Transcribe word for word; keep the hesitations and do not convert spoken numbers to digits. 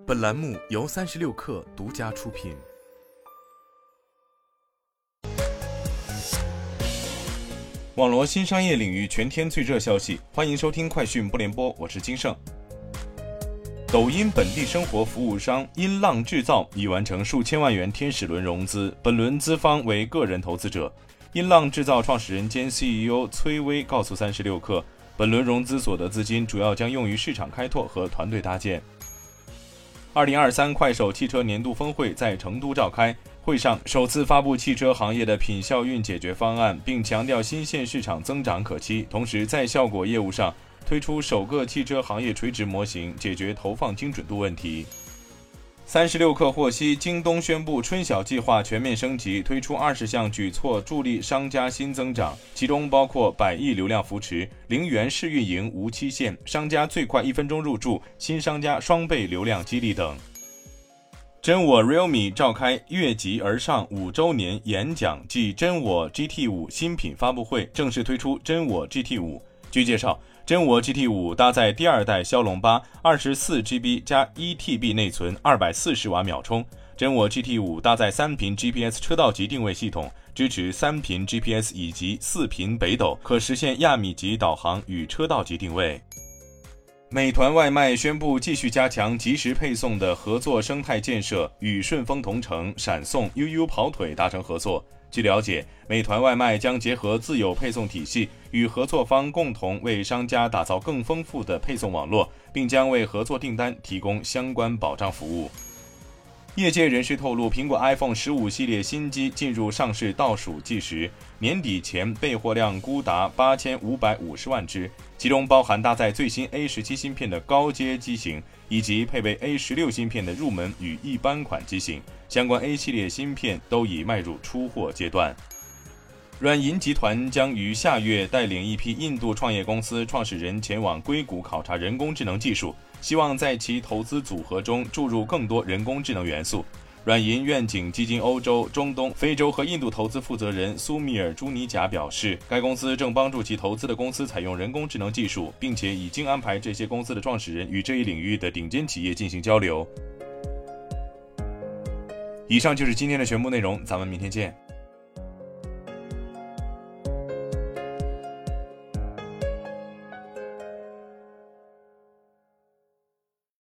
本栏目由三十六氪独家出品。网罗新商业领域全天最热消息，欢迎收听快讯不联播，我是金盛。抖音本地生活服务商音浪制造已完成数千万元天使轮融资，本轮资方为个人投资者。音浪制造创始人兼 C E O 崔薇告诉三十六氪，本轮融资所得资金主要将用于市场开拓和团队搭建。二零二三快手汽车年度峰会在成都召开，会上首次发布汽车行业的品效运解决方案，并强调新线市场增长可期，同时在效果业务上推出首个汽车行业垂直模型，解决投放精准度问题。三十六氪获悉，京东宣布春晓计划全面升级，推出二十项举措助力商家新增长，其中包括百亿流量扶持、零元试运营无期限、商家最快一分钟入驻、新商家双倍流量激励等。真我 Realme 召开越级而上五周年演讲暨真我 G T 五 新品发布会，正式推出真我 G T 五。据介绍，真我 G T 五 搭载第二代骁龙八 二十四 G B 加 一 T B 内存，二百四十瓦秒充。真我 G T 五 搭载三频 G P S 车道级定位系统，支持三频 G P S 以及四频北斗，可实现亚米级导航与车道级定位。美团外卖宣布继续加强即时配送的合作生态建设，与顺丰同城、闪送、悠悠跑腿达成合作。据了解，美团外卖将结合自有配送体系，与合作方共同为商家打造更丰富的配送网络，并将为合作订单提供相关保障服务。业界人士透露，苹果 iPhone 十五系列新机进入上市倒数计时，年底前备货量估达八千五百五十万只，其中包含搭载最新 A 十七 芯片的高阶机型，以及配备 A 十六 芯片的入门与一般款机型。相关 A 系列芯片都已迈入出货阶段。软银集团将于下月带领一批印度创业公司创始人前往硅谷考察人工智能技术，希望在其投资组合中注入更多人工智能元素。软银愿景基金欧洲、中东、非洲和印度投资负责人苏米尔·朱尼贾表示，该公司正帮助其投资的公司采用人工智能技术，并且已经安排这些公司的创始人与这一领域的顶尖企业进行交流。以上就是今天的全部内容，咱们明天见。